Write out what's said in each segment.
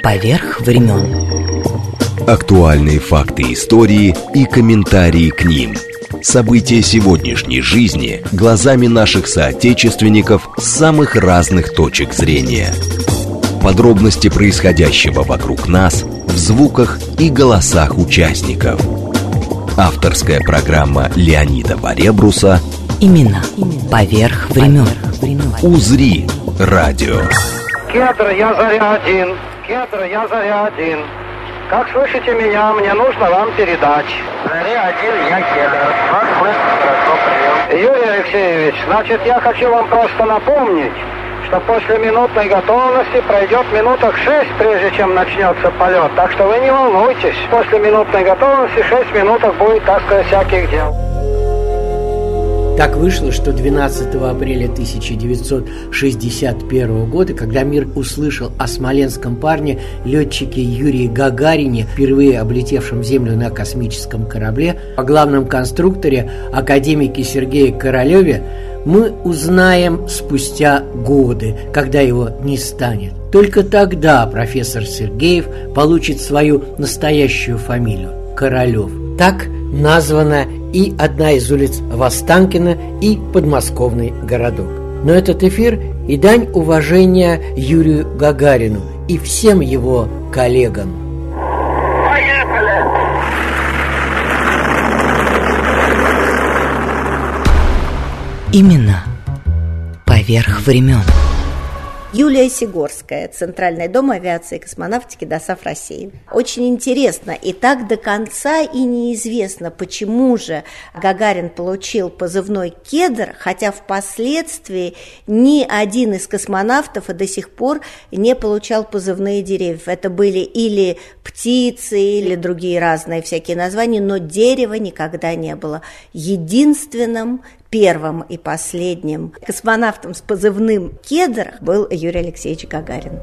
поверх времен. Актуальные факты истории и комментарии к ним. События сегодняшней жизни глазами наших соотечественников с самых разных точек зрения. Подробности происходящего вокруг нас в звуках и голосах участников. Авторская программа Леонида Баребруса «Имена поверх времен». «Узри радио». Кедр, я заря-1. Кедр, я заря-1. Как слышите меня, мне нужно вам передать. Заря-1, я Кедр. Вас слышно хорошо, прием. Юрий Алексеевич, значит, я хочу вам просто напомнить, что после минутной готовности пройдет минуток 6, прежде чем начнется полет. Так что вы не волнуйтесь. После минутной готовности 6 минуток будет, так сказать, всяких дел. Так вышло, что 12 апреля 1961 года, когда мир услышал о смоленском парне, летчике Юрии Гагарине, впервые облетевшем Землю на космическом корабле, о главном конструкторе, академике Сергее Королеве, мы узнаем спустя годы, когда его не станет. Только тогда профессор Сергеев получит свою настоящую фамилию – Королев. Так названа и одна из улиц в Останкино, и подмосковный городок. Но этот эфир и дань уважения Юрию Гагарину и всем его коллегам. Поехали! Имена поверх времен. Юлия Сигорская, Центральный дом авиации и космонавтики ДОСААФ России. Очень интересно, и так до конца и неизвестно, почему же Гагарин получил позывной «Кедр», хотя впоследствии ни один из космонавтов и до сих пор не получал позывные деревьев. Это были или птицы, или другие разные всякие названия, но дерева никогда не было. Единственным первым и последним космонавтом с позывным «Кедр» был Юрий Алексеевич Гагарин.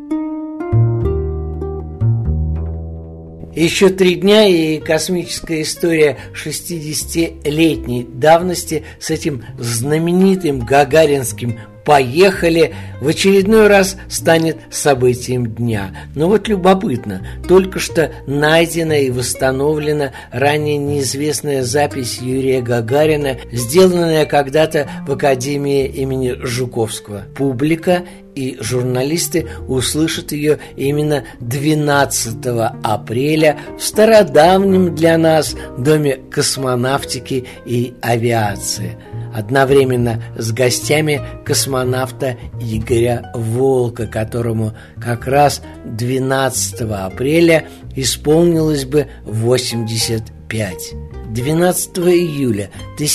Еще 3 дня и космическая история 60-летней давности с этим знаменитым гагаринским «Поехали» в очередной раз станет событием дня. Но вот любопытно, только что найдена и восстановлена ранее неизвестная запись Юрия Гагарина, сделанная когда-то в Академии имени Жуковского. Публика и журналисты услышат ее именно 12 апреля в стародавнем для нас Доме космонавтики и авиации, одновременно с гостями космонавта Игоря Волка, которому как раз 12 апреля исполнилось бы 85. 12 июля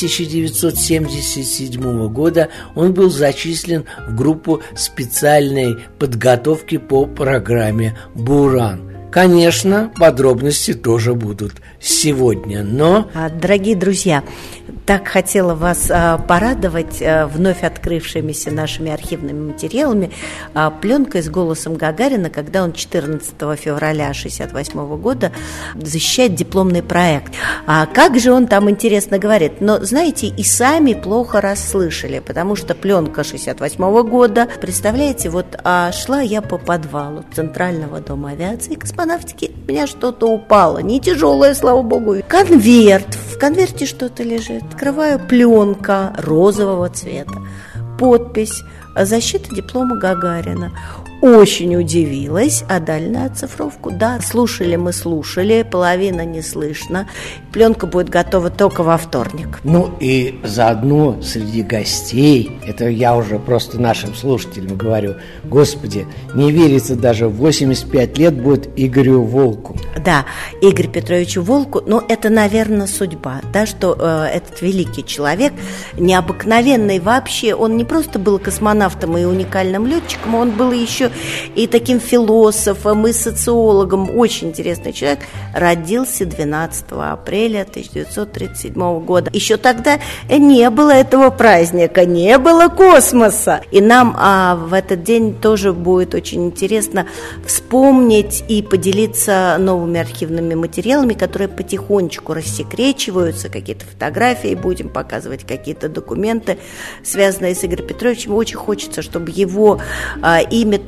1977 года он был зачислен в группу специальной подготовки по программе «Буран». Конечно, подробности тоже будут сегодня, но... Дорогие друзья, так хотела вас порадовать вновь открывшимися нашими архивными материалами пленкой с голосом Гагарина, когда он 14 февраля 1968 года защищает дипломный проект. Как же он там интересно говорит, но, знаете, и сами плохо расслышали, потому что пленка 1968 года, представляете, вот шла я по подвалу Центрального дома авиации и космонавтики, у меня что-то упало, не тяжелое, слава богу, конверт, в конверте что-то лежит. Открываю, пленка розового цвета, подпись «Защита диплома Гагарина». Очень удивилась, отдали на оцифровку. Да, слушали, половина не слышно. Пленка будет готова только во вторник. Ну и заодно среди гостей, это я уже просто нашим слушателям говорю, господи, не верится, даже 85 лет будет Игорю Волку. Да, Игорю Петровичу Волку, но это, наверное, судьба, да, что этот великий человек, необыкновенный вообще, он не просто был космонавтом и уникальным летчиком, он был еще и таким философом, и социологом. Очень интересный человек. Родился 12 апреля 1937 года. Еще тогда не было этого праздника, не было космоса. И нам в этот день тоже будет очень интересно вспомнить и поделиться новыми архивными материалами, которые потихонечку рассекречиваются, какие-то фотографии будем показывать, какие-то документы, связанные с Игорем Петровичем. Очень хочется, чтобы его имя тоже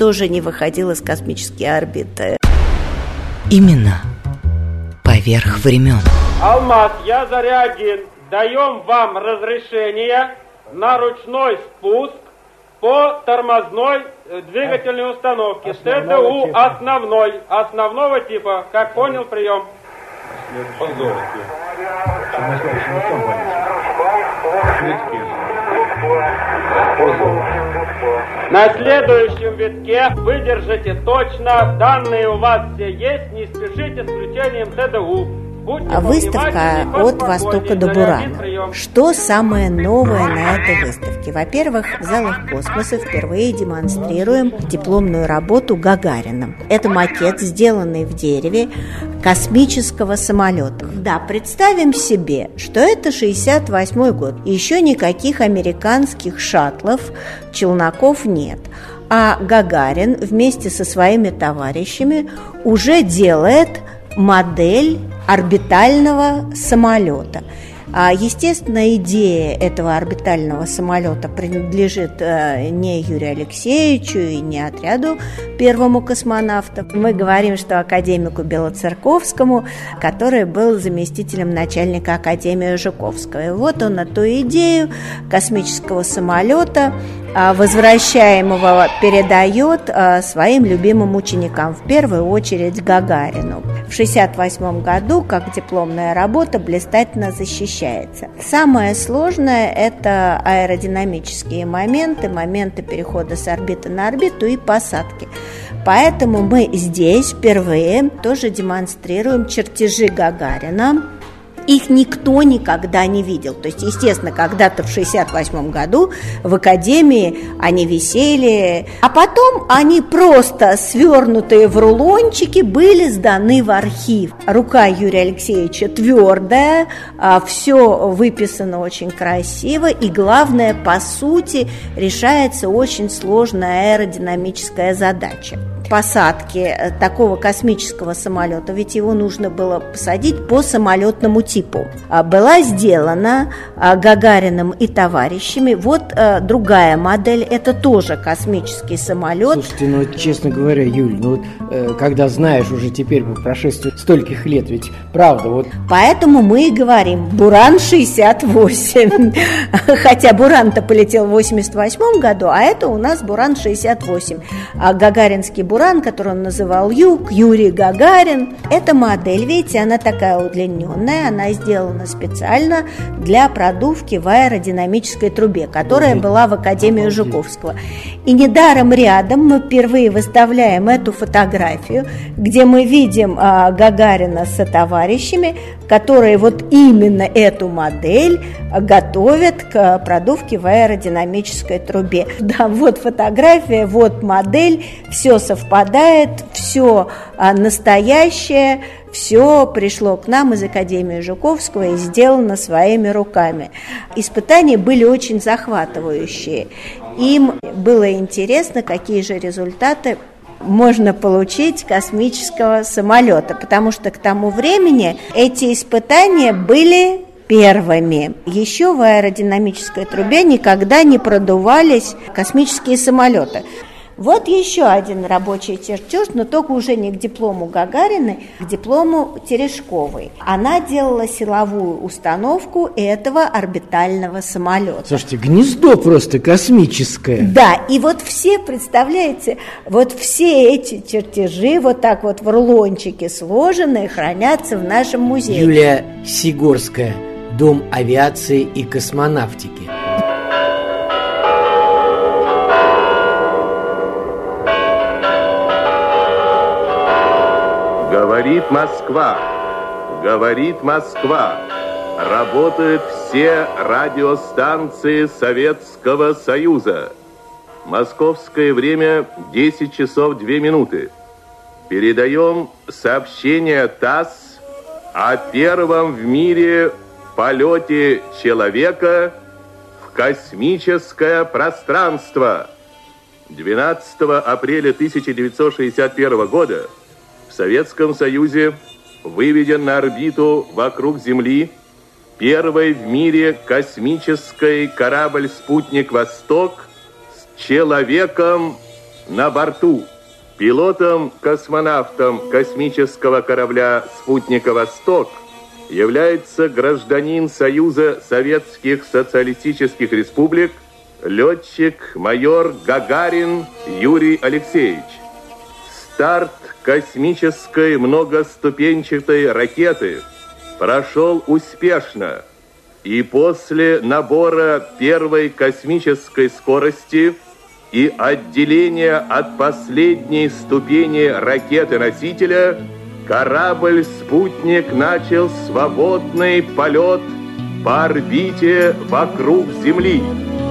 тоже не выходил из космической орбиты. Именно поверх времен. Алмаз, я Заря-1. Даем вам разрешение на ручной спуск по тормозной двигательной установке. ТДУ основного типа. Как понял, прием. На следующем витке выдержите точно. Данные у вас все есть. Не спешите с включением ТДУ. Выставка «От Востока до Бурана». Что самое новое на этой выставке? Во-первых, в залах космоса впервые демонстрируем дипломную работу Гагарина. Это макет, сделанный в дереве космического самолета. Да, представим себе, что это 68-й год. Еще никаких американских шаттлов, челноков нет. А Гагарин вместе со своими товарищами уже делает модель орбитального самолета. Естественно, идея этого орбитального самолета принадлежит не Юрию Алексеевичу и не отряду первому космонавта. Мы говорим, что академику Белоцерковскому, который был заместителем начальника Академии Жуковского. И вот он эту идею космического самолета, возвращаемого, передает своим любимым ученикам, в первую очередь Гагарину. В 1968 году, как дипломная работа, блистательно защищается. Самое сложное – это аэродинамические моменты перехода с орбиты на орбиту и посадки. Поэтому мы здесь впервые тоже демонстрируем чертежи Гагарина. Их никто никогда не видел. То есть, естественно, когда-то в 1968 году в Академии они висели, а потом они просто свернутые в рулончики были сданы в архив. Рука Юрия Алексеевича твердая, все выписано очень красиво, и главное, по сути, решается очень сложная аэродинамическая задача. Посадки такого космического самолета, ведь его нужно было посадить по самолетному типу, была сделана Гагариным и товарищами. Вот другая модель, это тоже космический самолет. Слушайте, ну честно говоря, Юль, ну вот когда знаешь уже теперь по прошествии стольких лет, ведь правда вот. Поэтому мы и говорим Буран-68, хотя Буран-то полетел в 1988 году, а это у нас Буран-68, а гагаринский Буран, который он называл Юг, Юрий Гагарин. Эта модель, видите, она такая удлиненная, она сделана специально для продувки в аэродинамической трубе, которая была в Академии Жуковского. И недаром рядом мы впервые выставляем эту фотографию, где мы видим Гагарина со товарищами, которые вот именно эту модель готовят к продувке в аэродинамической трубе. Да, вот фотография, вот модель, все совпадает, все настоящее, все пришло к нам из Академии Жуковского и сделано своими руками. Испытания были очень захватывающие. Им было интересно, какие же результаты можно получить космического самолета, потому что к тому времени эти испытания были первыми. Еще в аэродинамической трубе никогда не продувались космические самолеты. Вот еще один рабочий чертеж, но только уже не к диплому Гагарина, к диплому Терешковой. Она делала силовую установку этого орбитального самолета. Слушайте, гнездо просто космическое. Да, и вот все, представляете, вот все эти чертежи вот так вот в рулончике сложенные хранятся в нашем музее. Юлия Сигорская, Дом авиации и космонавтики. Говорит Москва, говорит Москва. Работают все радиостанции Советского Союза. Московское время 10 часов 2 минуты. Передаем сообщение ТАСС о первом в мире полете человека в космическое пространство. 12 апреля 1961 года в Советском Союзе выведен на орбиту вокруг Земли первый в мире космический корабль «Спутник Восток» с человеком на борту. Пилотом-космонавтом космического корабля «Спутника Восток» является гражданин Союза Советских Социалистических Республик, летчик-майор Гагарин Юрий Алексеевич. Старт космической многоступенчатой ракеты прошел успешно, и после набора первой космической скорости и отделения от последней ступени ракеты-носителя корабль-спутник начал свободный полет по орбите вокруг Земли.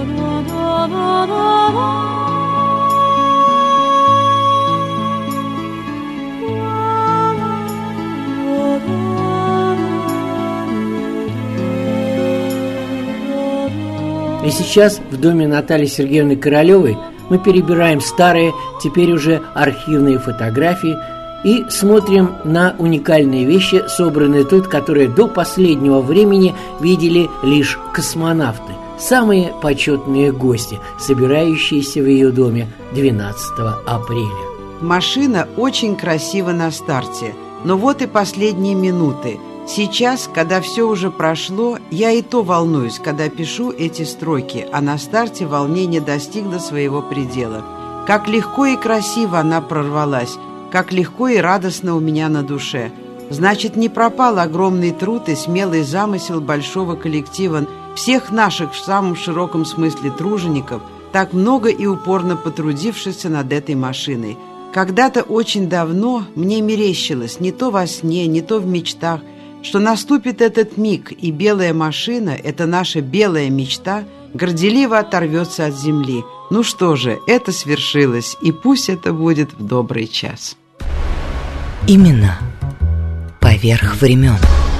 И сейчас в доме Натальи Сергеевны Королевой мы перебираем старые, теперь уже архивные фотографии и смотрим на уникальные вещи, собранные тут, которые до последнего времени видели лишь космонавты, самые почетные гости, собирающиеся в ее доме 12 апреля. Машина очень красива на старте, но вот и последние минуты. Сейчас, когда все уже прошло, я и то волнуюсь, когда пишу эти строки, а на старте волнение достигло своего предела. Как легко и красиво она прорвалась, как легко и радостно у меня на душе. Значит, не пропал огромный труд и смелый замысел большого коллектива, всех наших в самом широком смысле тружеников, так много и упорно потрудившихся над этой машиной. Когда-то очень давно мне мерещилось, не то во сне, не то в мечтах, что наступит этот миг, и белая машина, эта наша белая мечта, горделиво оторвется от земли. Ну что же, это свершилось, и пусть это будет в добрый час. Именно поверх времен.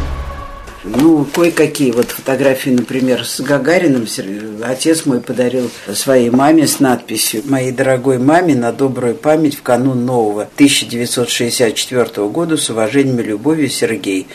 Ну, кое-какие вот фотографии, например, с Гагариным отец мой подарил своей маме с надписью: «Моей дорогой маме на добрую память в канун нового 1964 года с уважением и любовью, Сергей».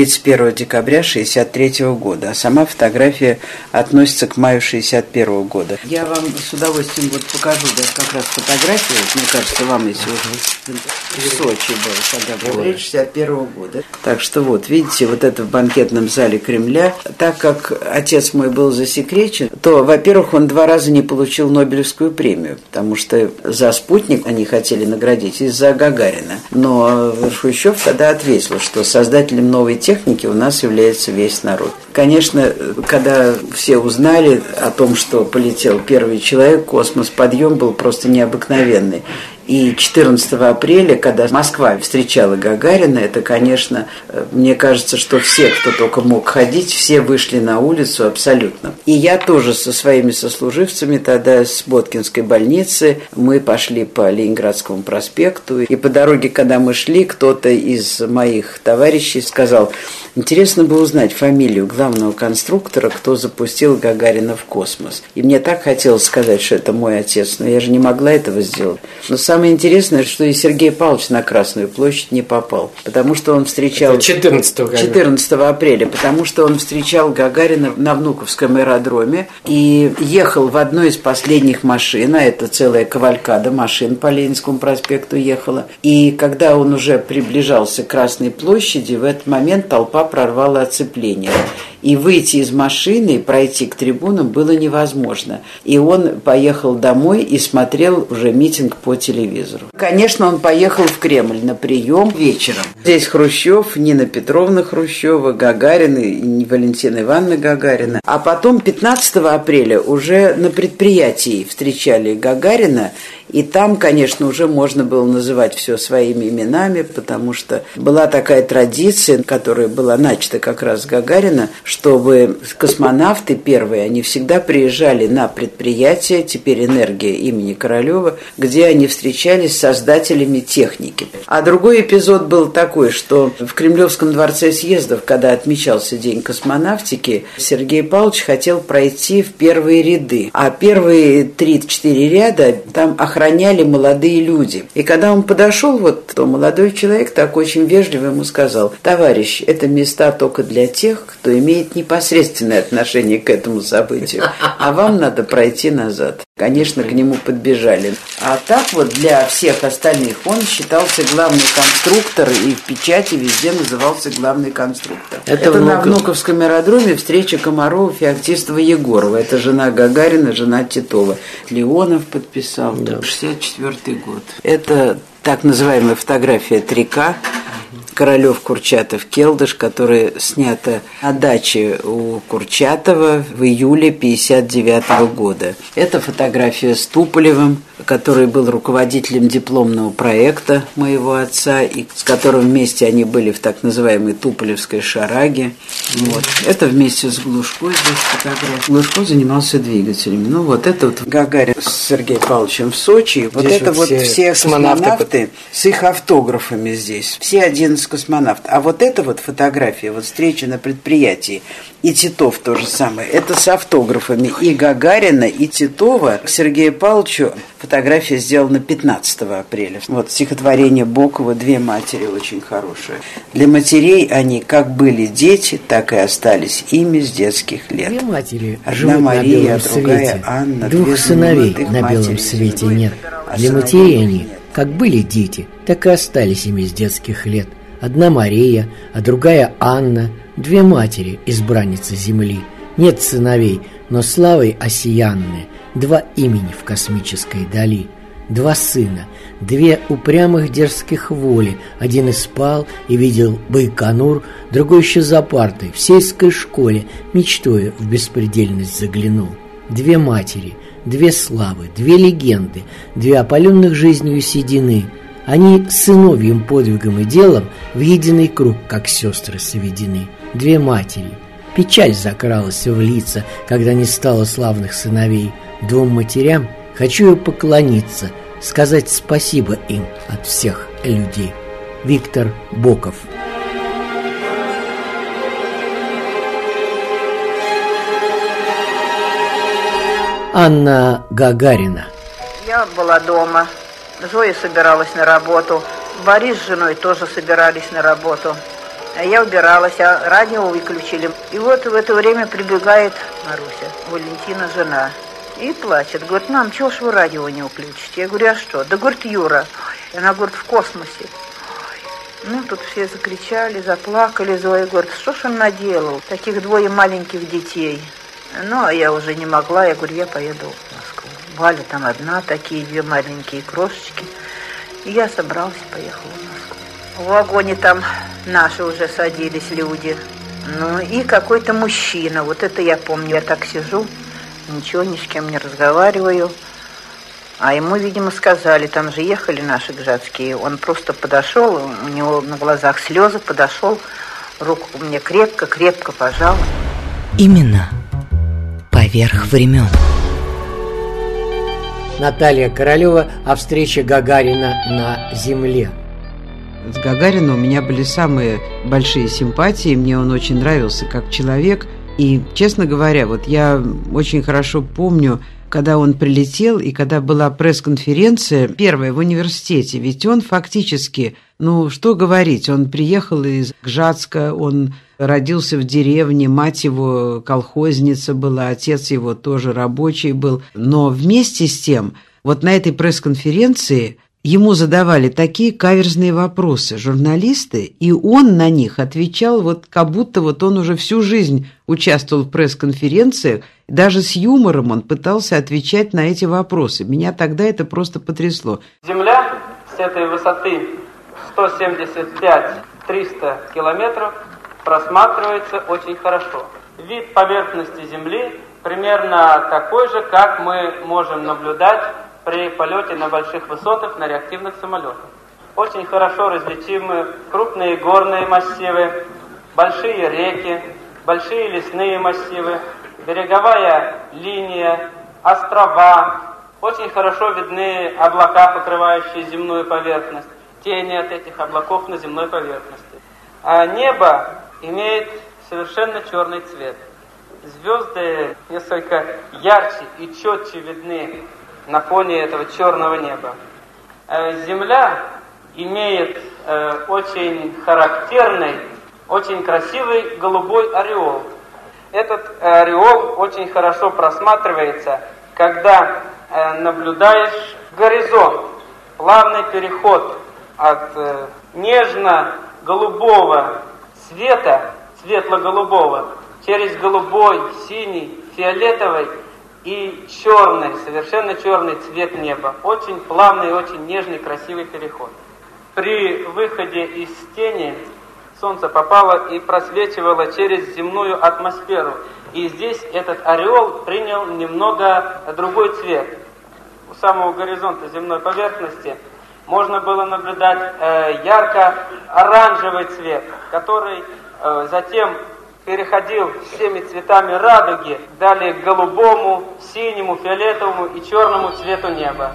31 декабря 1963 года, а сама фотография относится к маю 1961 года. Я вам с удовольствием вот покажу, да, как раз фотографию, мне кажется, вам, если уже в Сочи был, когда был 1961 года. Так что вот, видите, вот это в банкетном зале Кремля. Так как отец мой был засекречен, то, во-первых, он 2 раза не получил Нобелевскую премию, потому что за «Спутник» они хотели наградить из-за Гагарина. Но Хрущев тогда ответил, что создателем новой техники у нас является весь народ. Конечно, когда все узнали о том, что полетел первый человек в космос, подъем был просто необыкновенный. И 14 апреля, когда Москва встречала Гагарина, это, конечно, мне кажется, что все, кто только мог ходить, все вышли на улицу абсолютно. И я тоже со своими сослуживцами тогда с Боткинской больницы, мы пошли по Ленинградскому проспекту. И по дороге, когда мы шли, кто-то из моих товарищей сказал: интересно бы узнать фамилию главного конструктора, кто запустил Гагарина в космос. И мне так хотелось сказать, что это мой отец, но я же не могла этого сделать. Но самое интересное, что и Сергей Павлович на Красную площадь не попал, потому что он встречал... 14 апреля, потому что он встречал Гагарина на Внуковском аэродроме и ехал в одной из последних машин, а это целая кавалькада машин по Ленинскому проспекту ехала. И когда он уже приближался к Красной площади, в этот момент толпа прорвала оцепление. И выйти из машины и пройти к трибунам было невозможно. И он поехал домой и смотрел уже митинг по телевизору. Конечно, он поехал в Кремль на прием вечером. Здесь Хрущев, Нина Петровна Хрущева, Гагарин и Валентина Ивановна Гагарина. А потом 15 апреля уже на предприятии встречали Гагарина. И там, конечно, уже можно было называть все своими именами, потому что была такая традиция, которая была начата как раз с Гагарина, чтобы космонавты первые, они всегда приезжали на предприятие, теперь «Энергия» имени Королева, где они встречались с создателями техники. А другой эпизод был такой, что в Кремлевском дворце съездов, когда отмечался День космонавтики, Сергей Павлович хотел пройти в первые ряды. А первые 3-4 ряда там охраняли молодые люди. И когда он подошел, то молодой человек так очень вежливо ему сказал: товарищ, это места только для тех, кто имеет имеет непосредственное отношение к этому событию, а вам надо пройти назад. Конечно, к нему подбежали. А так вот для всех остальных он считался главный конструктор, и в печати везде назывался главный конструктор. Это на Внуковском аэродроме встреча Комарова, Феоктистова, Егорова. Это жена Гагарина, жена Титова. Леонов подписал, 64-й год. Это так называемая фотография 3К. Королёв, Курчатов, Келдыш, которая снята на даче у Курчатова в июле 1959 года. Это фотография с Туполевым, который был руководителем дипломного проекта моего отца, и с которым вместе они были в так называемой Туполевской шараге. Вот. Это вместе с Глушко здесь фотография. Глушко занимался двигателями. Ну вот это вот Гагарин с Сергеем Павловичем в Сочи. Вот здесь это вот все космонавты с их автографами здесь. Все 11 космонавтов. А вот эта вот фотография, вот встреча на предприятии, и Титов то же самое, это с автографами и Гагарина, и Титова. К Сергею Павловичу фотография сделана 15 апреля. Вот стихотворение Бокова «Две матери» очень хорошее. Для матерей они как были дети, так и остались ими с детских лет. Две матери одна Мария, другая Анна. Двух сыновей на белом свете нет. Для матерей они как были дети, так и остались ими с детских лет. Одна Мария, а другая Анна, две матери, избранницы земли. Нет сыновей, но славой осиянны, два имени в космической дали. Два сына, две упрямых дерзких воли. Один и спал и видел Байконур, другой еще за партой в сельской школе, мечтою в беспредельность заглянул. Две матери, две славы, две легенды, две опаленных жизнью седины. Они сыновьим подвигом и делом в единый круг, как сестры, сведены. Две матери. Печаль закралась в лица, когда не стало славных сыновей. Двум матерям хочу я поклониться, сказать спасибо им от всех людей. Виктор Боков. Анна Гагарина. Я была дома. Зоя собиралась на работу. Борис с женой тоже собирались на работу. А я убиралась, а радио выключили. И вот в это время прибегает Маруся, Валентина, жена, и плачет. Говорит: мам, чего ж вы радио не включите? Я говорю: а что? Да, говорит, Юра. И она говорит: в космосе. Ну, тут все закричали, заплакали. Зоя говорит: что ж он наделал? Таких двое маленьких детей. Ну, а я уже не могла. Я говорю: я поеду в Москву. Валя там одна, такие две маленькие крошечки. И я собралась и поехала в Москву. В вагоне там наши уже садились люди. Ну, и какой-то мужчина. Вот это я помню. Я так сижу, ничего, ни с кем не разговариваю. А ему, видимо, сказали, там же ехали наши гжатские. Он просто подошел, у него на глазах слезы, подошел, руку мне крепко пожал. Именно поверх времен. Наталья Королева о встрече Гагарина на Земле. С Гагарином у меня были самые большие симпатии. Мне он очень нравился как человек. И, честно говоря, вот я очень хорошо помню, когда он прилетел и когда была пресс-конференция первая в университете. Ведь он фактически, ну, что говорить, он приехал из Гжатска, он родился в деревне, мать его колхозница была, отец его тоже рабочий был. Но вместе с тем, вот на этой пресс-конференции ему задавали такие каверзные вопросы журналисты, и он на них отвечал вот как будто вот он уже всю жизнь участвовал в пресс-конференциях, даже с юмором он пытался отвечать на эти вопросы. Меня тогда это просто потрясло. Земля с этой высоты 175-300 километров просматривается очень хорошо. Вид поверхности Земли примерно такой же, как мы можем наблюдать при полете на больших высотах на реактивных самолетах. Очень хорошо различимы крупные горные массивы, большие реки, большие лесные массивы, береговая линия, острова. Очень хорошо видны облака, покрывающие земную поверхность, тени от этих облаков на земной поверхности. А небо имеет совершенно черный цвет. Звезды несколько ярче и четче видны на фоне этого черного неба. Земля имеет очень характерный, очень красивый голубой ореол. Этот ореол очень хорошо просматривается, когда наблюдаешь горизонт, плавный переход от нежно-голубого цвета, светло-голубого, через голубой, синий, фиолетовый и черный, совершенно черный цвет неба. Очень плавный, очень нежный, красивый переход. При выходе из тени солнце попало и просвечивало через земную атмосферу. И здесь этот ореол принял немного другой цвет. У самого горизонта земной поверхности можно было наблюдать ярко-оранжевый цвет, который затем переходил всеми цветами радуги, далее к голубому, синему, фиолетовому и черному цвету неба.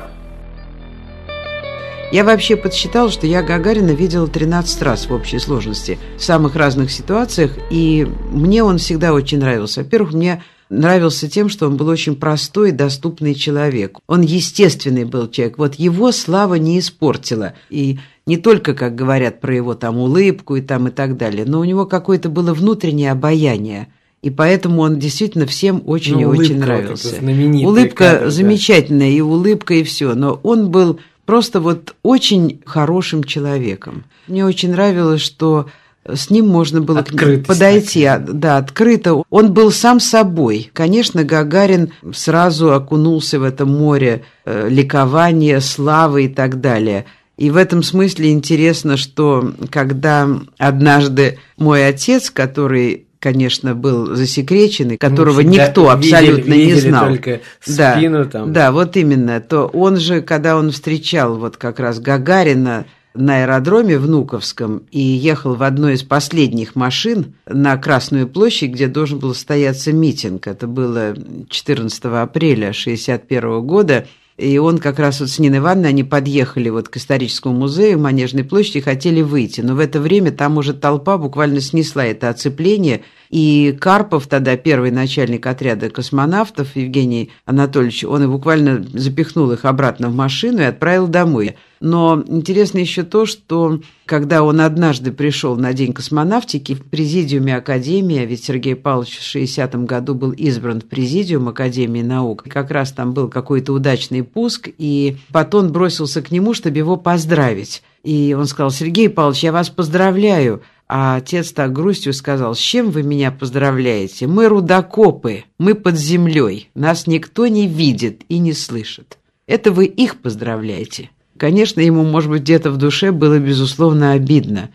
Я вообще подсчитала, что я Гагарина видела 13 раз в общей сложности, в самых разных ситуациях, и мне он всегда очень нравился. Во-первых, мне нравился тем, что он был очень простой и доступный человек. Он естественный был человек. Вот его слава не испортила. И не только, как говорят про его там улыбку и так далее, но у него какое-то было внутреннее обаяние. И поэтому он действительно всем очень и очень нравился. Улыбка замечательная, и улыбка, и все. Но он был просто вот очень хорошим человеком. Мне очень нравилось, что с ним можно было подойти, открыто. Он был сам собой. Конечно, Гагарин сразу окунулся в это море ликования, славы и так далее. И в этом смысле интересно, что когда однажды мой отец, который, конечно, был засекреченный, которого никто абсолютно не знал. Только спину там. Да, вот именно. То он же, когда он встречал вот как раз Гагарина на аэродроме Внуковском и ехал в одной из последних машин на Красную площадь, где должен был состояться митинг. Это было 14 апреля 1961 года. И он как раз вот с Ниной Ивановной, они подъехали вот к историческому музею Манежной площади и хотели выйти. Но в это время там уже толпа буквально снесла это оцепление. И Карпов, тогда первый начальник отряда космонавтов, Евгений Анатольевич, он и буквально запихнул их обратно в машину и отправил домой. Но интересно еще то, что когда он однажды пришел на День космонавтики в президиуме Академии, ведь Сергей Павлович в 60-м году был избран в президиум Академии наук, как раз там был какой-то удачный пуск, и Паттон бросился к нему, чтобы его поздравить. И он сказал: «Сергей Павлович, я вас поздравляю». А отец так грустью сказал: «С чем вы меня поздравляете? Мы рудокопы, мы под землей, нас никто не видит и не слышит. Это вы их поздравляете». Конечно, ему, может быть, где-то в душе было, безусловно, обидно,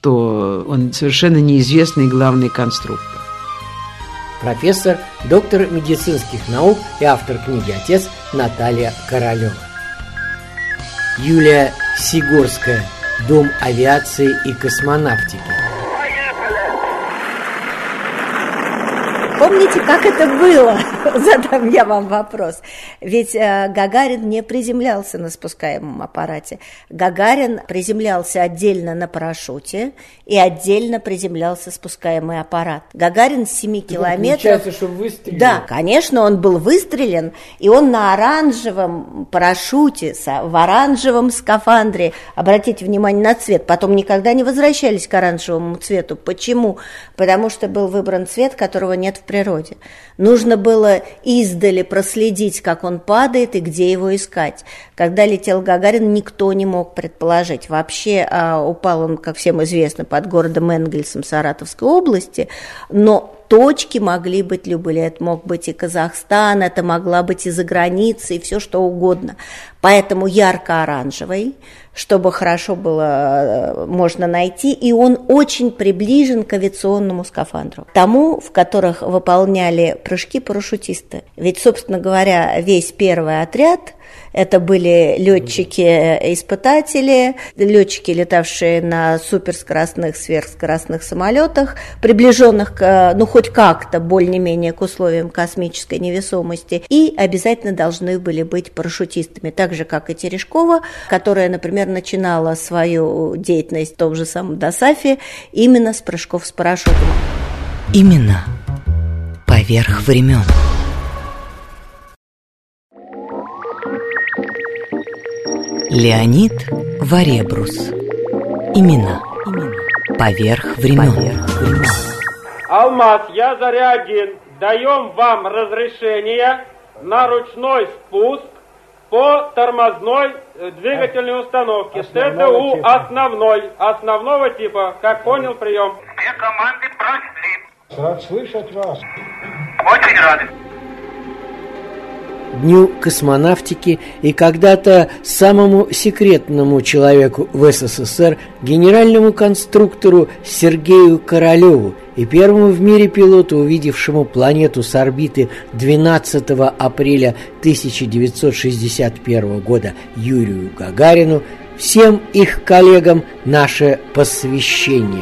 что он совершенно неизвестный главный конструктор. Профессор, доктор медицинских наук и автор книги «Отец» Наталья Королева. Юлия Сигорская. Дом авиации и космонавтики. Помните, как это было? Задам я вам вопрос. Ведь Гагарин не приземлялся на спускаемом аппарате. Гагарин приземлялся отдельно на парашюте и отдельно приземлялся спускаемый аппарат. Гагарин с 7 километров... Получается, что выстрелен. Да, конечно, он был выстрелен, и он на оранжевом парашюте, в оранжевом скафандре. Обратите внимание на цвет. Потом никогда не возвращались к оранжевому цвету. Почему? Потому что был выбран цвет, которого нет в природе. Нужно было издали проследить, как он падает и где его искать. Когда летел Гагарин, никто не мог предположить. Вообще упал он, как всем известно, под городом Энгельсом Саратовской области, но точки могли быть любые. Это мог быть и Казахстан, это могла быть и за границей, и все что угодно. Поэтому ярко-оранжевый, чтобы хорошо было можно найти, и он очень приближен к авиационному скафандру, тому, в которых выполняли прыжки парашютисты. Ведь, собственно говоря, весь первый отряд это были летчики-испытатели, летчики, летавшие на суперскоростных, сверхскоростных самолетах, приближенных, хоть как-то более-менее к условиям космической невесомости, и обязательно должны были быть парашютистами, так же, как и Терешкова, которая, например, начинала свою деятельность в том же самом ДОСААФе именно с прыжков с парашютом. Именно поверх времен. Леонид Варебрус. Имена поверх времен. Алмаз, я Заря-1. Даем вам разрешение на ручной спуск по тормозной двигательной установке. ТТУ основного типа. Как понял, прием. Все команды прошли. Рад слышать вас. Очень рады. Дню космонавтики и когда-то самому секретному человеку в СССР, генеральному конструктору Сергею Королеву и первому в мире пилоту, увидевшему планету с орбиты 12 апреля 1961 года Юрию Гагарину, всем их коллегам наше посвящение.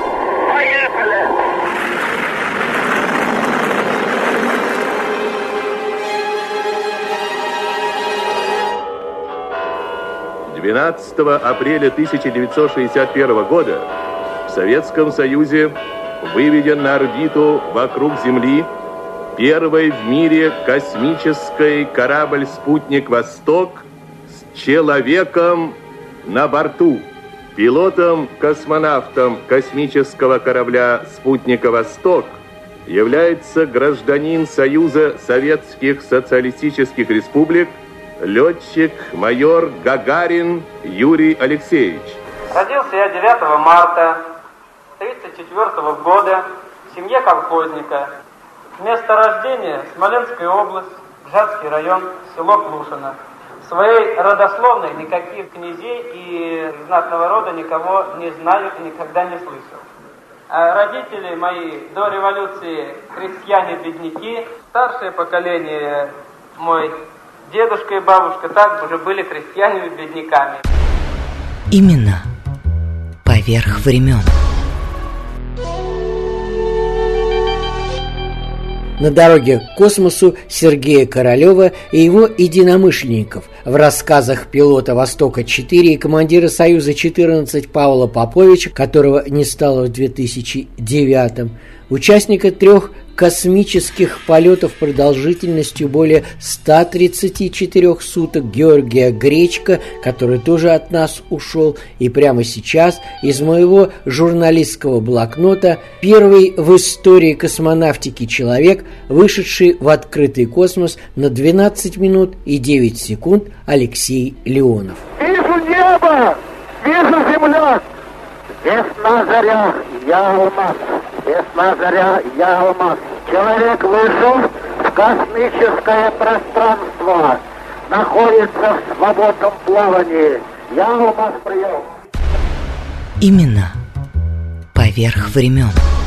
12 апреля 1961 года в Советском Союзе выведен на орбиту вокруг Земли первый в мире космический корабль-спутник «Восток» с человеком на борту. Пилотом-космонавтом космического корабля «Спутника Восток» является гражданин Союза Советских Социалистических Республик, летчик-майор Гагарин Юрий Алексеевич. Родился я 9 марта 1934 года в семье колхозника. Место рождения – Смоленская область, Гжатский район, село Клушино. В своей родословной никаких князей и знатного рода никого не знаю и никогда не слышал. А родители мои до революции крестьяне-бедняки, старшее поколение, мой дедушка и бабушка, также были крестьянами-бедняками. Именно поверх времен. На дороге к космосу Сергея Королева и его единомышленников в рассказах пилота «Востока-4» и командира «Союза-14» Павла Поповича, которого не стало в 2009-м, участника 3 космических полетов продолжительностью более 134 суток Георгия Гречко, который тоже от нас ушел, и прямо сейчас из моего журналистского блокнота первый в истории космонавтики человек, вышедший в открытый космос на 12 минут и 9 секунд, Алексей Леонов. Вижу небо, вижу земляк. Весна заря, я алмаз. Весна заря, я алмаз. Человек вышел в космическое пространство, находится в свободном плавании. Я алмаз, прием. Именно поверх времен.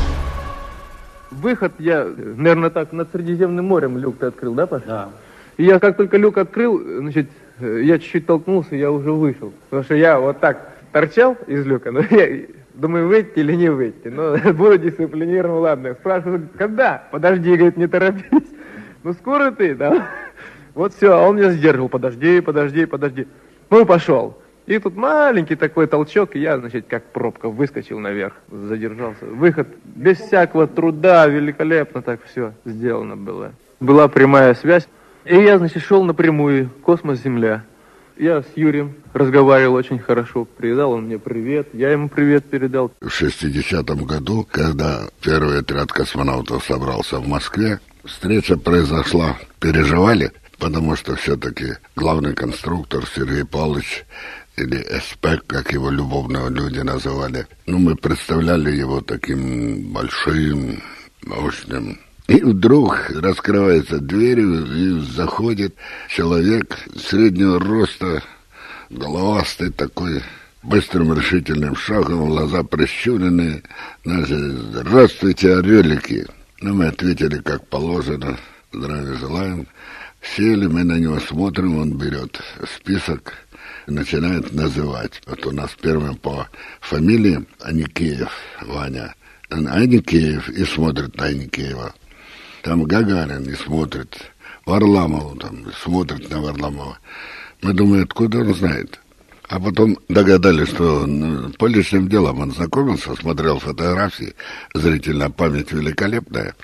Выход я, наверное, так над Средиземным морем люк-то открыл, да, Паша? Да. И я как только люк открыл, значит, я чуть-чуть толкнулся, я уже вышел. Потому что я вот так торчал из люка, но я думаю, выйти или не выйти. Ну, буду дисциплинирован, ладно. Спрашиваю, когда? Подожди, говорит, не торопись. Ну, скоро ты, да? Вот все, а он меня сдерживал. Подожди. Ну, и пошел. И тут маленький такой толчок, и я, значит, как пробка, выскочил наверх, задержался. Выход без всякого труда, великолепно так все сделано было. Была прямая связь. И я, значит, шел напрямую, космос-Земля. Я с Юрием разговаривал очень хорошо, передал он мне привет, я ему привет передал. В 60-м году, когда первый отряд космонавтов собрался в Москве, встреча произошла, переживали, потому что все-таки главный конструктор Сергей Павлович, или СП, как его любовно люди называли, мы представляли его таким большим, мощным. И вдруг раскрывается дверь, и заходит человек среднего роста, головастый такой, быстрым решительным шагом, глаза прищуренные. Здравствуйте, орелики. Мы ответили, как положено, здравия желаем. Сели, мы на него смотрим, он берет список и начинает называть. Вот у нас первым по фамилии Аникеев Ваня. Аникеев, и смотрит на Аникеева. Там Гагарин и смотрит, Варламову там, смотрит на Варламова. Мы думаем, откуда он знает. А потом догадались, что по личным делам он знакомился, смотрел фотографии, зрительная память великолепная.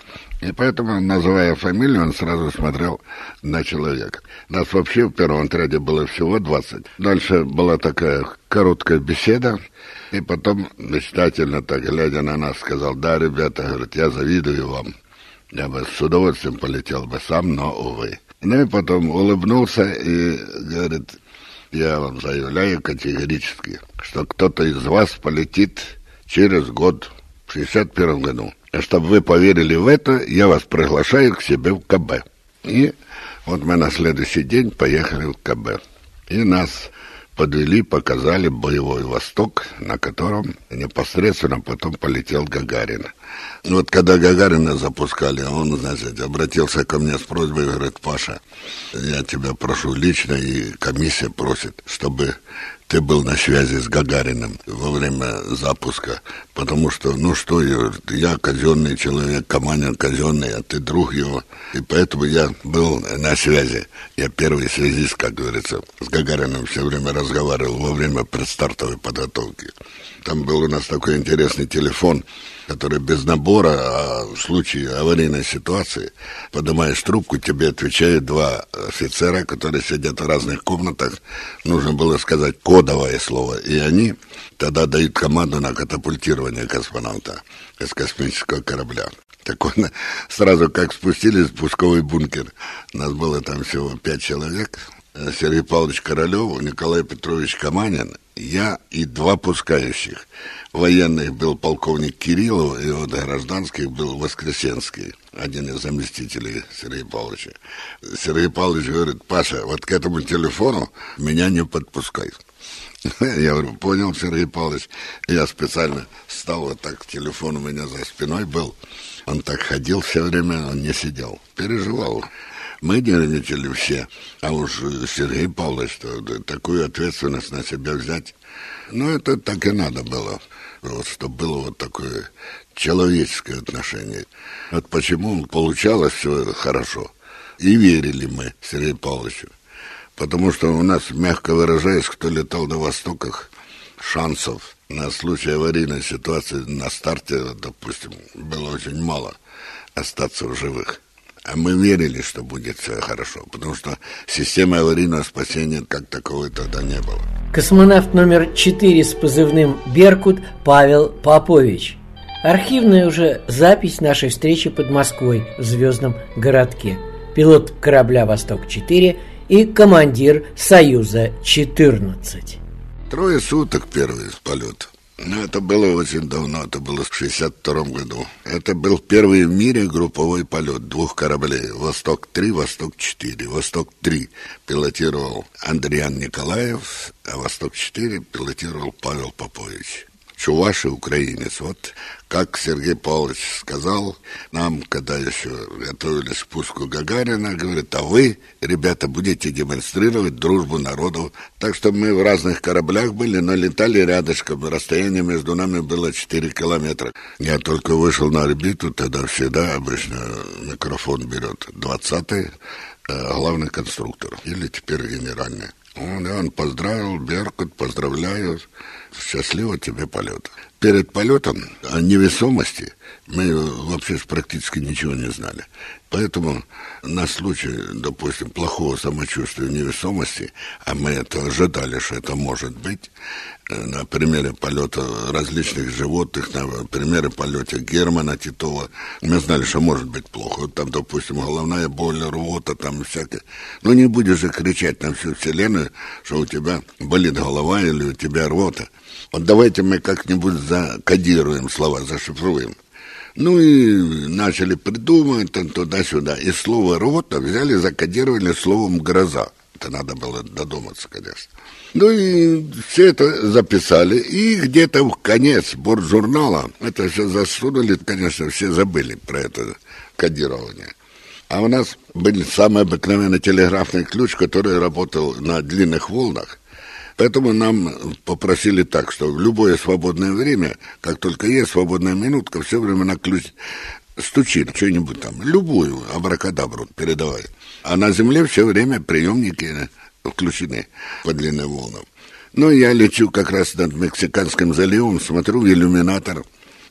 И поэтому, называя фамилию, он сразу смотрел на человека. Нас вообще в первом отряде было всего 20. Дальше была такая короткая беседа. И потом, мечтательно так, глядя на нас, сказал: да, ребята, говорит, я завидую вам. Я бы с удовольствием полетел бы сам, но, увы. Ну и потом улыбнулся и говорит: я вам заявляю категорически, что кто-то из вас полетит через год, в 61 году. И чтобы вы поверили в это, я вас приглашаю к себе в КБ. И вот мы на следующий день поехали в КБ. И нас подвели, показали боевой «Восток», на котором непосредственно потом полетел Гагарин. Вот когда Гагарина запускали, он, значит, обратился ко мне с просьбой, говорит: Паша, я тебя прошу лично, и комиссия просит, чтобы ты был на связи с Гагариным во время запуска, потому что, ну что, я казенный человек, командир казенный, а ты друг его, и поэтому я был на связи. Я первый связист, как говорится, с Гагариным все время разговаривал во время предстартовой подготовки. Там был у нас такой интересный телефон, который без набора, а в случае аварийной ситуации, поднимаешь трубку, тебе отвечают два офицера, которые сидят в разных комнатах. Нужно было сказать кодовое слово, и они тогда дают команду на катапультирование космонавта из космического корабля. Так он сразу как спустились в пусковой бункер. Нас было там всего 5 человек. Сергей Павлович Королев, Николай Петрович Каманин, я и 2 пускающих. Военных был полковник Кириллов, и вот гражданских был Воскресенский, один из заместителей Сергея Павловича. Сергей Павлович говорит: Паша, вот к этому телефону меня не подпускай. Я говорю: понял, Сергей Павлович. Я специально встал вот так, телефон у меня за спиной был. Он так ходил все время, он не сидел, переживал. Мы нервничали все, а уж Сергей Павлович, такую ответственность на себя взять, ну, это так и надо было, вот, чтобы было вот такое человеческое отношение. Вот почему получалось все хорошо. И верили мы Сергею Павловичу, потому что у нас, мягко выражаясь, кто летал на Востоках, шансов на случай аварийной ситуации на старте, допустим, было очень мало остаться в живых. А мы верили, что будет все хорошо, потому что системы аварийного спасения как таковой тогда не было. Космонавт номер 4 с позывным «Беркут» Павел Попович. Архивная уже запись нашей встречи под Москвой в звездном городке. Пилот корабля «Восток-4» и командир «Союза-14». 3 суток первый полет. Но это было очень давно, это было в 62 году. Это был первый в мире групповой полет 2 кораблей: «Восток-3», «Восток-4». «Восток-3» пилотировал Андриан Николаев, а «Восток-4» пилотировал Павел Попович. Чуваши, украинец. Вот как Сергей Павлович сказал нам, когда еще готовились к пуску Гагарина, говорит: а вы, ребята, будете демонстрировать дружбу народов. Так что мы в разных кораблях были, но летали рядышком. Расстояние между нами было 4 километра. Я только вышел на орбиту, тогда всегда обычно микрофон берет 20-й, главный конструктор, или теперь генеральный. Он поздравил: Беркут, поздравляю, счастливого тебе полета. Перед полетом о невесомости мы вообще практически ничего не знали. Поэтому на случай, допустим, плохого самочувствия невесомости, а мы это ожидали, что это может быть, на примере полета различных животных, на примере полета Германа Титова, мы знали, что может быть плохо. Там, допустим, головная боль, рвота, там всякое. Но не будешь же кричать на всю вселенную, что у тебя болит голова или у тебя рвота. Вот давайте мы как-нибудь закодируем слова, зашифруем. Ну и начали придумывать там туда-сюда. И слово «рвота» взяли, закодировали словом «гроза». Это надо было додуматься, конечно. Ну и все это записали. И где-то в конец бортжурнала это все засунули. Конечно, все забыли про это кодирование. А у нас был самый обыкновенный телеграфный ключ, который работал на длинных волнах. Поэтому нам попросили так, что в любое свободное время, как только есть свободная минутка, все время на ключ стучит что-нибудь там, любую абракадабру передавай. А на земле все время приемники включены по длинным волнам. Ну, я лечу как раз над Мексиканским заливом, смотрю в иллюминатор,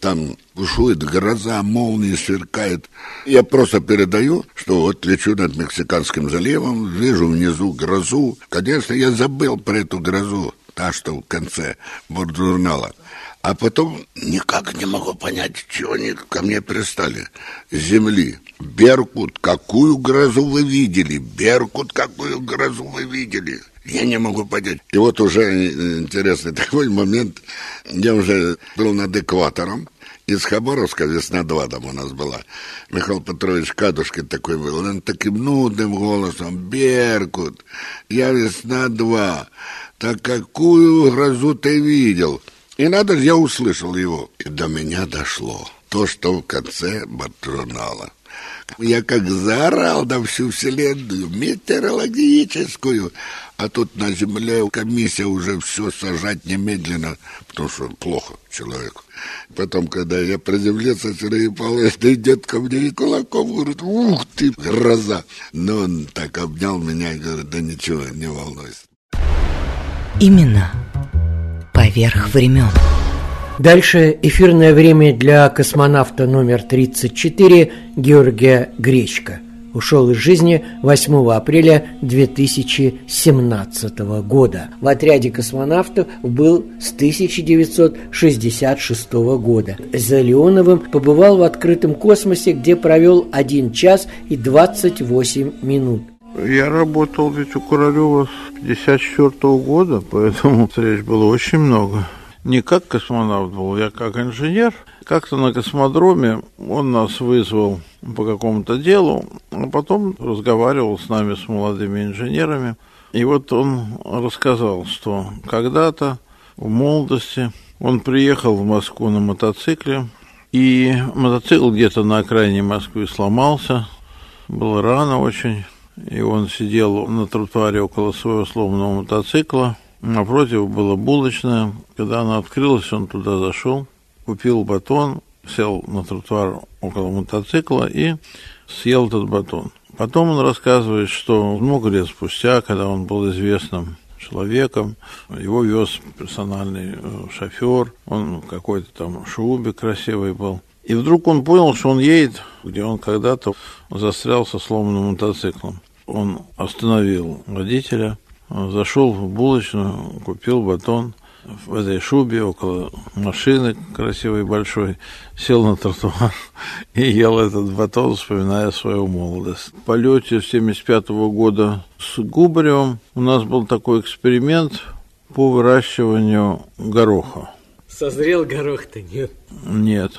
там бушует гроза, молнии сверкает. Я просто передаю, что вот лечу над Мексиканским заливом, вижу внизу грозу. Конечно, я забыл про эту грозу, та, что в конце бортжурнала. А потом никак не могу понять, чего они ко мне пристали. С земли. Беркут, какую грозу вы видели? Беркут, какую грозу вы видели? Я не могу понять. И вот уже интересный такой момент. Я уже был над экватором. Из Хабаровска «Весна-2» там у нас была. Михаил Петрович Кадушкин такой был. Он таким нудным голосом: «Беркут, я «Весна-2». Так какую грозу ты видел?» И надо же, я услышал его. И до меня дошло то, что в конце бортжурнала. Я как заорал на всю вселенную, метеорологическую. А тут на земле комиссия уже все сажать немедленно, потому что плохо человеку. Потом, когда я приземлился, Сергей Павлович идет ко мне и кулаком говорит: «Ух ты, гроза!» Но он так обнял меня и говорит: «Да ничего, не волнуйся». Именно поверх времен. Дальше эфирное время для космонавта номер 34 Георгия Гречко. Ушел из жизни 8 апреля 2017 года. В отряде космонавтов был с 1966 года. За Леоновым побывал в открытом космосе, где провел 1 час и 28 минут. Я работал ведь у Королева с 1954 года, поэтому встреч было очень много. Не как космонавт был, я как инженер. Как-то на космодроме он нас вызвал по какому-то делу, а потом разговаривал с нами, с молодыми инженерами. И вот он рассказал, что когда-то в молодости он приехал в Москву на мотоцикле, и мотоцикл где-то на окраине Москвы сломался, было рано очень, и он сидел на тротуаре около своего сломанного мотоцикла. Напротив была булочная. Когда она открылась, он туда зашел, купил батон, сел на тротуар около мотоцикла и съел этот батон. Потом он рассказывает, что много лет спустя, когда он был известным человеком, его вез персональный шофер, он в какой-то там шубе красивый был. И вдруг он понял, что он едет, где он когда-то застрял со сломанным мотоциклом. Он остановил водителя, зашел в булочную, купил батон в этой шубе около машины красивой большой, сел на тротуар и ел этот батон, вспоминая свою молодость. В полете с 1975 года с Губаревым у нас был такой эксперимент по выращиванию гороха. Созрел горох-то, нет? Нет.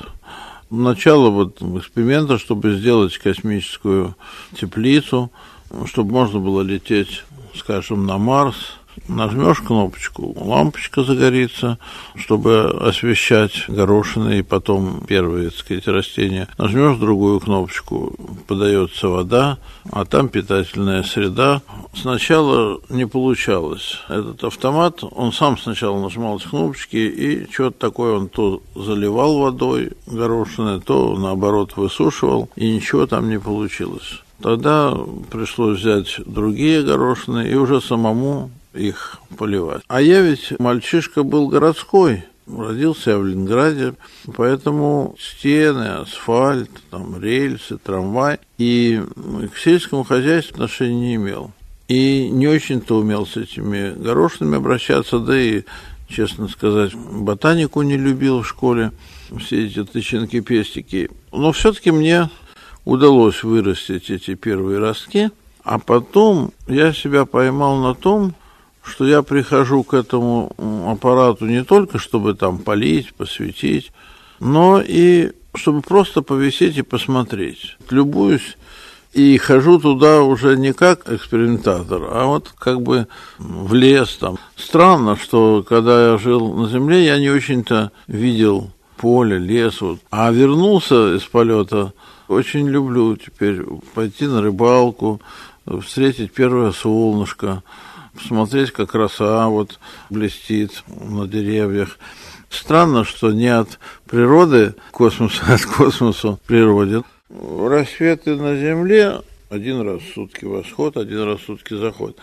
Начало вот эксперимента, чтобы сделать космическую теплицу, чтобы можно было лететь, скажем, на Марс. Нажмешь кнопочку, лампочка загорится, чтобы освещать горошины и потом первые, так сказать, растения. Нажмешь другую кнопочку, подается вода, а там питательная среда. Сначала не получалось. Этот автомат, он сам сначала нажимал эти кнопочки, и что-то такое он то заливал водой горошины, то, наоборот, высушивал, и ничего там не получилось. Тогда пришлось взять другие горошины и уже самому их поливать. А я ведь мальчишка был городской, родился я в Ленинграде, поэтому стены, асфальт, там, рельсы, трамвай, и к сельскому хозяйству отношения не имел. И не очень-то умел с этими горошинами обращаться, да и, честно сказать, ботанику не любил в школе, все эти тычинки-пестики. Но все-таки мне удалось вырастить эти первые ростки, а потом я себя поймал на том, что я прихожу к этому аппарату не только, чтобы там полить, посветить, но и чтобы просто повисеть и посмотреть. Любуюсь и хожу туда уже не как экспериментатор, а вот как бы в лес там. Странно, что когда я жил на Земле, я не очень-то видел поле, лес. Вот. А вернулся из полета, очень люблю теперь пойти на рыбалку, встретить первое солнышко, посмотреть, как роса вот блестит на деревьях. Странно, что не от природы космоса, а от космоса природе. Рассветы на Земле 1 раз в сутки восход, 1 раз в сутки заход.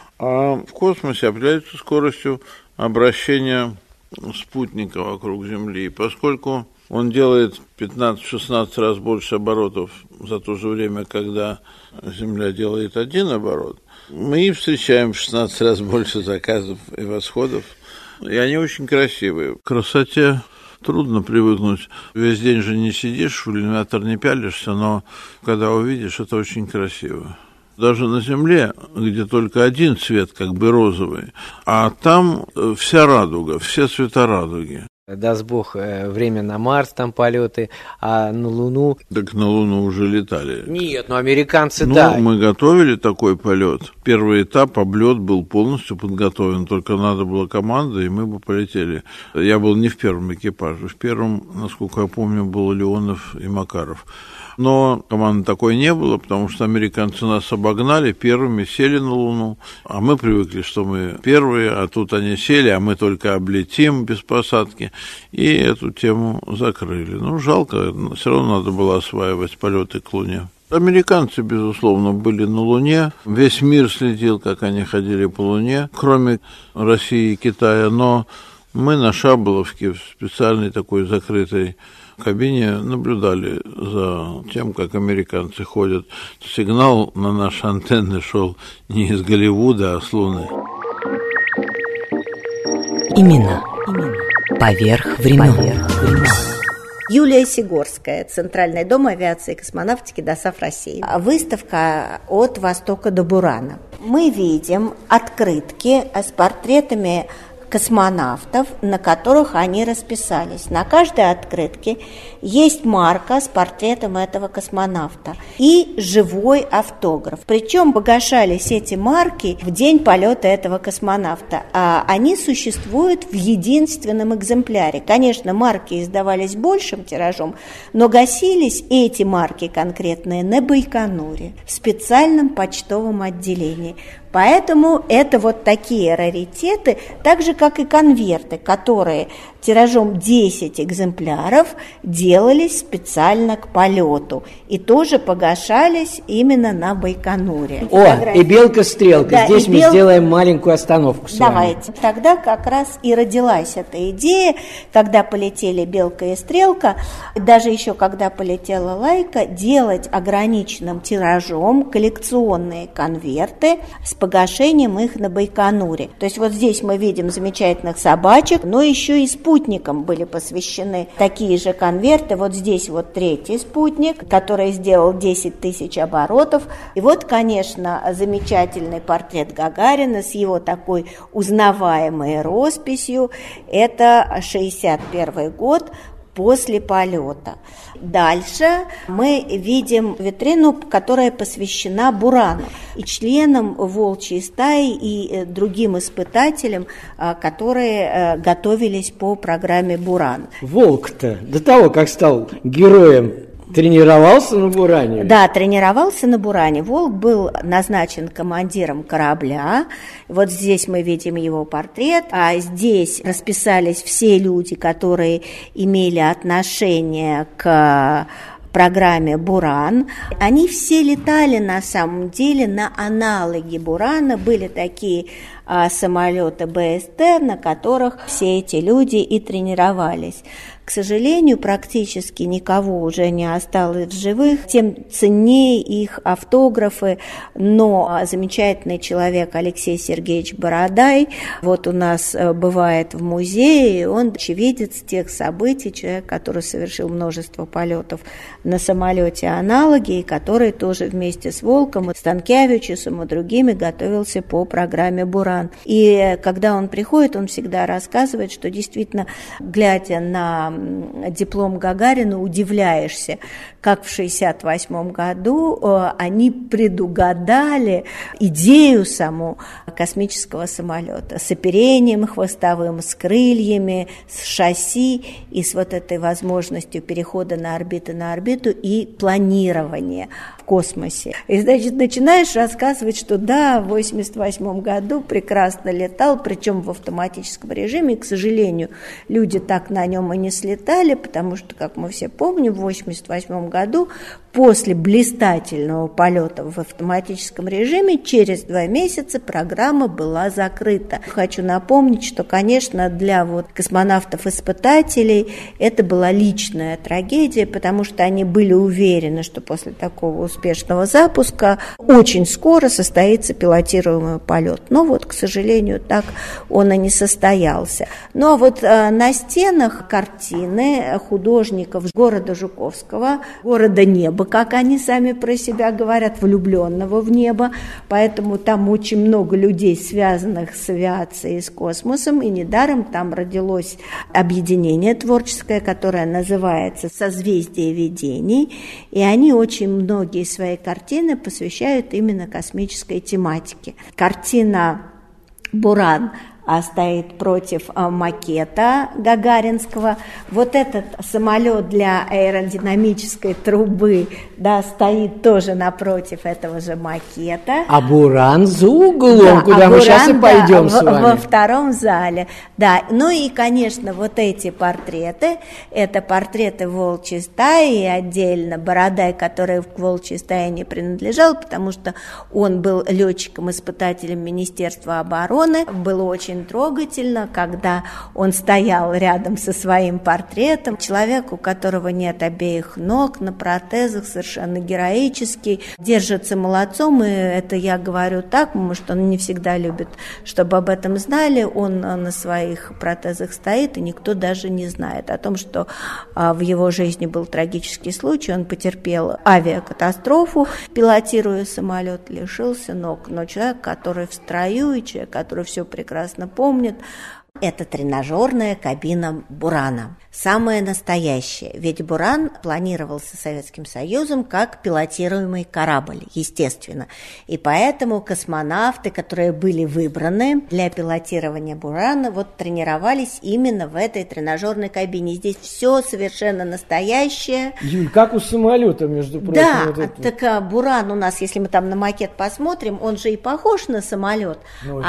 А в космосе определяется скоростью обращения спутника вокруг Земли. И поскольку Он делает 15-16 раз больше оборотов за то же время, когда Земля делает один оборот. Мы встречаем в 16 раз больше заказов и восходов. И они очень красивые. К красоте трудно привыкнуть. Весь день же не сидишь, в иллюминатор не пялишься, но когда увидишь, это очень красиво. Даже на Земле, где только один цвет, как бы розовый, а там вся радуга, все цвета радуги. Даст Бог, время на Марс, там полеты, а на Луну... Так на Луну уже летали. Нет, американцы, да. Мы готовили такой полет. Первый этап, облет был полностью подготовлен, только надо была команда, и мы бы полетели. Я был не в первом экипаже. В первом, насколько я помню, был Леонов и Макаров. Но команды такой не было, потому что американцы нас обогнали, первыми сели на Луну, а мы привыкли, что мы первые, а тут они сели, а мы только облетим без посадки, и эту тему закрыли. Жалко, все равно надо было осваивать полеты к Луне. Американцы, безусловно, были на Луне, весь мир следил, как они ходили по Луне, кроме России и Китая, но мы на Шаболовке в специальной такой закрытой кабине наблюдали за тем, как американцы ходят. Сигнал на наши антенны шел не из Голливуда, а с Луны. Имена. Поверх времен. Юлия Сигорская, Центральный дом авиации и космонавтики ДОСААФ России. Выставка «От Востока до Бурана». Мы видим открытки с портретами космонавтов, на которых они расписались. На каждой открытке есть марка с портретом этого космонавта и живой автограф. Причем погашались эти марки в день полета этого космонавта. А они существуют в единственном экземпляре. Конечно, марки издавались большим тиражом, но гасились эти марки конкретные на Байконуре, в специальном почтовом отделении. Поэтому это вот такие раритеты, так же, как и конверты, которые тиражом 10 экземпляров делались специально к полету и тоже погашались именно на Байконуре. И белка-стрелка. Да, здесь мы сделаем маленькую остановку с вами. Давайте. Тогда как раз и родилась эта идея, когда полетели белка и стрелка, даже еще когда полетела лайка, делать ограниченным тиражом коллекционные конверты с погашением их на Байконуре. То есть вот здесь мы видим замечательных собачек, но еще и спутникам были посвящены такие же конверты. Вот здесь вот третий спутник, который сделал 10 тысяч оборотов. И вот, конечно, замечательный портрет Гагарина с его такой узнаваемой росписью. Это 61 год. После полета. Дальше мы видим витрину, которая посвящена Бурану и членам волчьей стаи и другим испытателям, которые готовились по программе «Буран». Волк-то до того, как стал героем, тренировался на Буране? Да, тренировался на Буране. Волк был назначен командиром корабля. Вот здесь мы видим его портрет, а здесь расписались все люди, которые имели отношение к программе «Буран». Они все летали на самом деле на аналоги «Бурана». Были такие самолеты БСТ, на которых все эти люди и тренировались. К сожалению, практически никого уже не осталось в живых, тем ценнее их автографы, но замечательный человек Алексей Сергеевич Бородай, вот у нас бывает в музее, он очевидец тех событий, человек, который совершил множество полетов на самолете аналоги, и который тоже вместе с Волком, Станкевичусом и другими готовился по программе «Буран». И когда он приходит, он всегда рассказывает, что действительно, глядя на диплом Гагарина, удивляешься, как в 1968 году они предугадали идею саму космического самолета с оперением хвостовым, с крыльями, с шасси и с вот этой возможностью перехода на орбиты орбиту и планирование в космосе. И, значит, начинаешь рассказывать, что да, в 1988 году прекрасно летал, причем в автоматическом режиме. И, к сожалению, люди так на нем и не слетали, потому что, как мы все помним, в 1988 году после блистательного полета в автоматическом режиме через 2 месяца программа была закрыта. Хочу напомнить, что, конечно, для космонавтов-испытателей это была личная трагедия, потому что они были уверены, что после такого успешного запуска очень скоро состоится пилотируемый полет. Но к сожалению, так он и не состоялся. Но на стенах картины художников города Жуковского, города неба, как они сами про себя говорят, влюбленного в небо, поэтому там очень много людей, связанных с авиацией и с космосом, и недаром там родилось объединение творческое, которое называется «Созвездие видений», и они очень многие свои картины посвящают именно космической тематике. Картина «Буран» стоит против макета гагаринского. Этот самолет для аэродинамической трубы, стоит тоже напротив этого же макета. А Буран за углом, куда мы сейчас и пойдем с вами. Во втором зале. Да, и, конечно, эти портреты, это портреты волчьей стаи, и отдельно Бородай, который к волчьей стае не принадлежал, потому что он был летчиком-испытателем Министерства обороны. Было очень трогательно, когда он стоял рядом со своим портретом. Человек, у которого нет обеих ног, на протезах, совершенно героический, держится молодцом, и это я говорю так, может, он не всегда любит, чтобы об этом знали. Он на своих протезах стоит, и никто даже не знает о том, что в его жизни был трагический случай. Он потерпел авиакатастрофу, пилотируя самолет, лишился ног. Но человек, который в строю, и человек, который все прекрасно помнит, это тренажерная кабина «Бурана». Самая настоящая. Ведь «Буран» планировался Советским Союзом как пилотируемый корабль, естественно. И поэтому космонавты, которые были выбраны для пилотирования «Бурана», тренировались именно в этой тренажерной кабине. Здесь все совершенно настоящее. Юль, как у самолета, между прочим. Да, так «Буран» у нас, если мы там на макет посмотрим, он же и похож на самолет.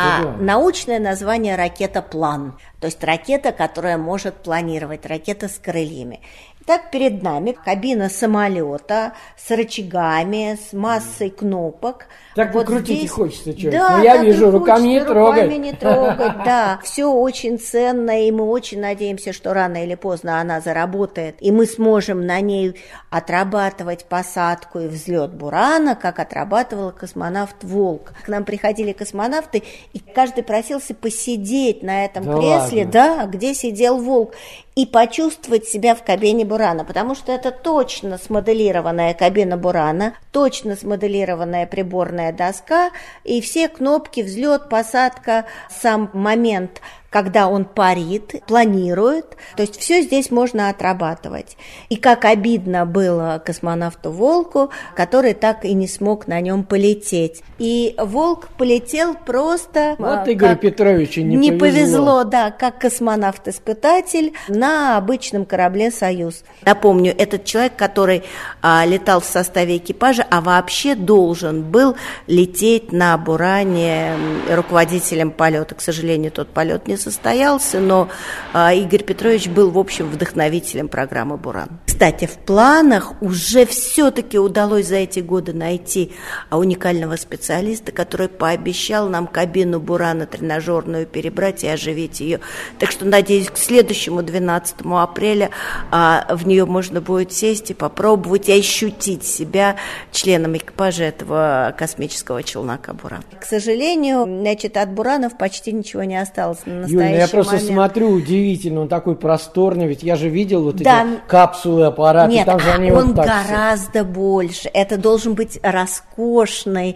Научное название «Ракета-План». То есть ракета, которая может планировать, ракета с крыльями. Так перед нами кабина самолета с рычагами, с массой кнопок. Так покрутить здесь... хочется что-то. Да, я вижу, руками не трогать. Руками не трогать, да. Все очень ценно, и мы очень надеемся, что рано или поздно она заработает, и мы сможем на ней отрабатывать посадку и взлет «Бурана», как отрабатывал космонавт «Волк». К нам приходили космонавты, и каждый просился посидеть на этом кресле, где сидел «Волк», и почувствовать себя в кабине «Бурана», потому что это точно смоделированная кабина «Бурана», точно смоделированная приборная доска, и все кнопки, взлет, посадка, сам момент, когда он парит, планирует. То есть все здесь можно отрабатывать. И как обидно было космонавту «Волку», который так и не смог на нем полететь. И «Волк» полетел просто... Игорю Петровичу не повезло, да, как космонавт-испытатель на обычном корабле «Союз». Напомню, этот человек, который летал в составе экипажа, а вообще должен был лететь на «Буране» руководителем полета. К сожалению, тот полет не состоялся, но Игорь Петрович был, в общем, вдохновителем программы «Буран». Кстати, в планах уже все-таки удалось за эти годы найти уникального специалиста, который пообещал нам кабину «Бурана» тренажерную перебрать и оживить ее. Так что, надеюсь, к следующему 12 апреля в нее можно будет сесть и попробовать и ощутить себя членом экипажа этого космического челнока «Буран». К сожалению, от «Буранов» почти ничего не осталось на настоящий Юлия, я просто смотрю, удивительно, он такой просторный, ведь я же видел эти капсулы, аппараты. Нет, там же они он гораздо больше. Это должен быть роскошный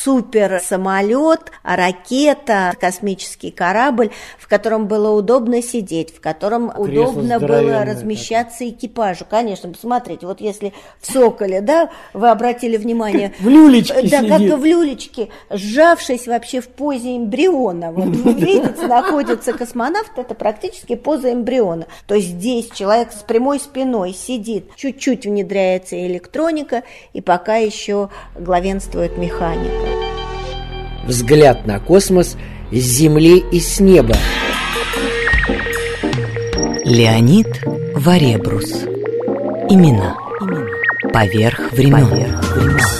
суперсамолет, ракета, космический корабль, в котором было удобно сидеть, в котором удобно было размещаться экипажу. Конечно, посмотрите, если в «Соколе», вы обратили внимание... В люлечке как в люлечке, сжавшись вообще в позе эмбриона. Вы видите, находится поза космонавта – это практически поза эмбриона. То есть здесь человек с прямой спиной сидит, чуть-чуть внедряется электроника, и пока еще главенствует механика. Взгляд на космос с Земли и с неба. Леонид Варебрус. Имена. Поверх времен.